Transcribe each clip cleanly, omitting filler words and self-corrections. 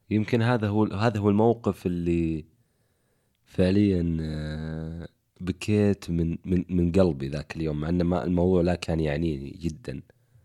يمكن هذا هو الموقف اللي فعليا بكيت من قلبي ذاك اليوم، مع أن ما الموضوع لا كان يعنيني جدا.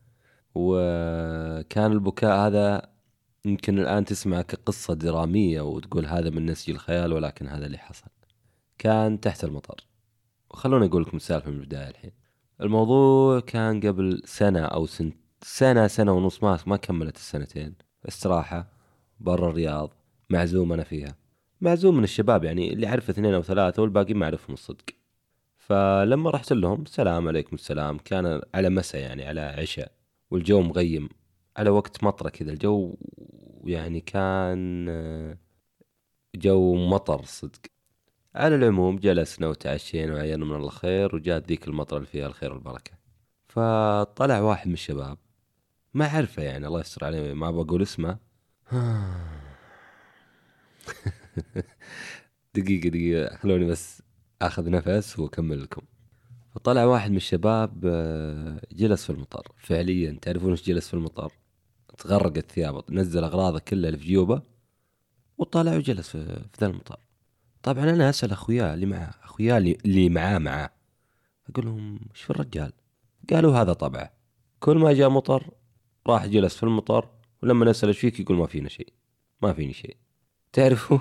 وكان البكاء هذا يمكن الآن تسمع كقصة درامية وتقول هذا من نسج الخيال، ولكن هذا اللي حصل. كان تحت المطر. وخلوني أقول لكم السالفة من البداية الحين. الموضوع كان قبل سنة أو سنة ونص، ما كملت السنتين. استراحة برا الرياض، معزوم أنا فيها، معزوم من الشباب يعني اللي أعرف 2 أو 3 والباقي ما أعرفهم الصدق. فلما رحت لهم السلام عليكم السلام، كان على مساء يعني على عشاء، والجو مغيم على وقت مطرة كذا الجو، يعني كان جو مطر صدق. على العموم جلسنا وتعشينا وعينا من الله خير، وجات ذيك المطرة اللي فيها الخير والبركة. فطلع واحد من الشباب ما عرفه، يعني الله يستر عليه، ما بقول اسمه. دقيقة خلوني بس أخذ نفس وأكمل لكم. فطلع واحد من الشباب جلس في المطر فعليا. تعرفون ايش جلس في المطر؟ تغرقت ثيابه، نزل أغراضه كلها اللي في جيوبه وطلع وجلس في ذا المطر. طبعا أنا أسأل أخويا اللي معاه أقول لهم ايش في الرجال؟ قالوا هذا طبعه، كل ما جاء مطر راح جلس في المطر، ولما نسأل ايش فيك يقول ما فينا شيء، ما فيني شيء. تعرفون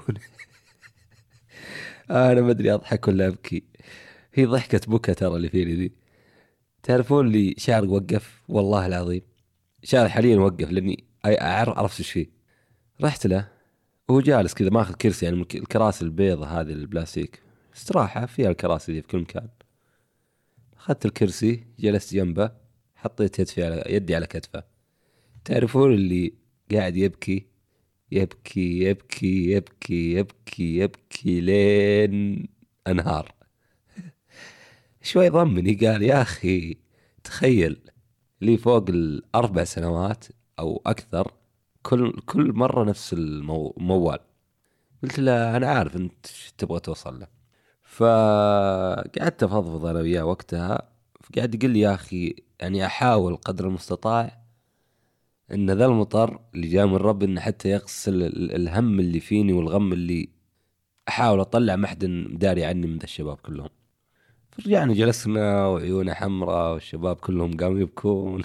أنا ما أدري أضحك ولا أبكي. هي ضحكة بكى ترى اللي فيني ذي. تعرفون اللي شعري وقف، والله العظيم شعري حاليا وقف، لأني عرفت ايش فيه. رحت له وهو جالس كذا ماخذ كرسي، يعني من الكراسي البيضة هذه البلاستيك، استراحة فيها الكراسي ذي في كل مكان. أخذت الكرسي جلست جنبه، حطيت يدي على كتفه. تعرفون اللي قاعد يبكي يبكي يبكي يبكي يبكي يبكي لين انهار. شوي ضمني قال يا أخي تخيل لي فوق ال4 سنوات أو أكثر كل مرة نفس الموال. قلت له أنا عارف أنت تبغى توصل له. فقعدت أفضفض أنا وياه وقتها، فقعد يقول لي يا أخي يعني أحاول قدر المستطاع إن ذا المطر اللي جاء من رب إنه حتى يغسل الهم اللي فيني والغم اللي أحاول أطلع، ما حد داري عني من ذا الشباب كلهم. فرجعنا جلسنا وعيونه حمراء والشباب كلهم قاموا يبكون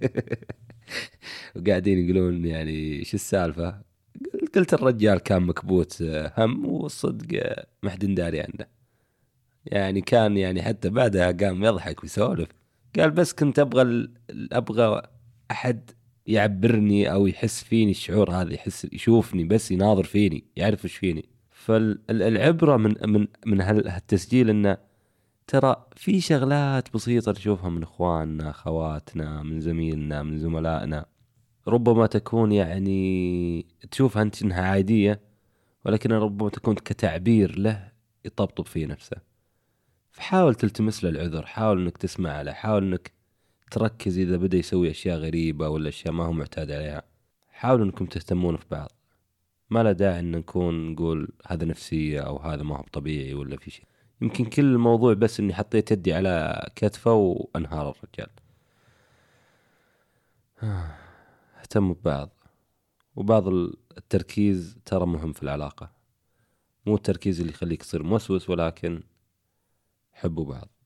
وقاعدين يقولون يعني شو السالفة. قلت الرجال كان مكبوت هم، والصدق ما حد داري عنه. يعني كان يعني حتى بعدها قام يضحك ويسولف. قال بس كنت أبغى أحد يعبرني أو يحس فيني الشعور هذا، يشوفني بس يناظر فيني يعرف إيش فيني. فالعبرة من هالتسجيل إنه ترى في شغلات بسيطة نشوفها من إخواننا أخواتنا، من زميلنا من زملائنا، ربما تكون يعني تشوفها أنت إنها عادية، ولكن ربما تكون كتعبير له يطبطب فيه نفسه. فحاول تلتمس له العذر، حاول إنك تسمع له، حاول إنك تركز إذا بدأ يسوي أشياء غريبة ولا أشياء ما هو معتاد عليها. حاولوا إنكم تهتمون في بعض. ما لا داعي إن نقول هذا نفسية أو هذا ما هو طبيعي ولا في شيء. يمكن كل الموضوع بس إني حطيت يدي على كتفه وانهار الرجال. اهتموا ببعض. وبعض التركيز ترى مهم في العلاقة، مو التركيز اللي يخليك تصير موسوس، ولكن حبوا بعض.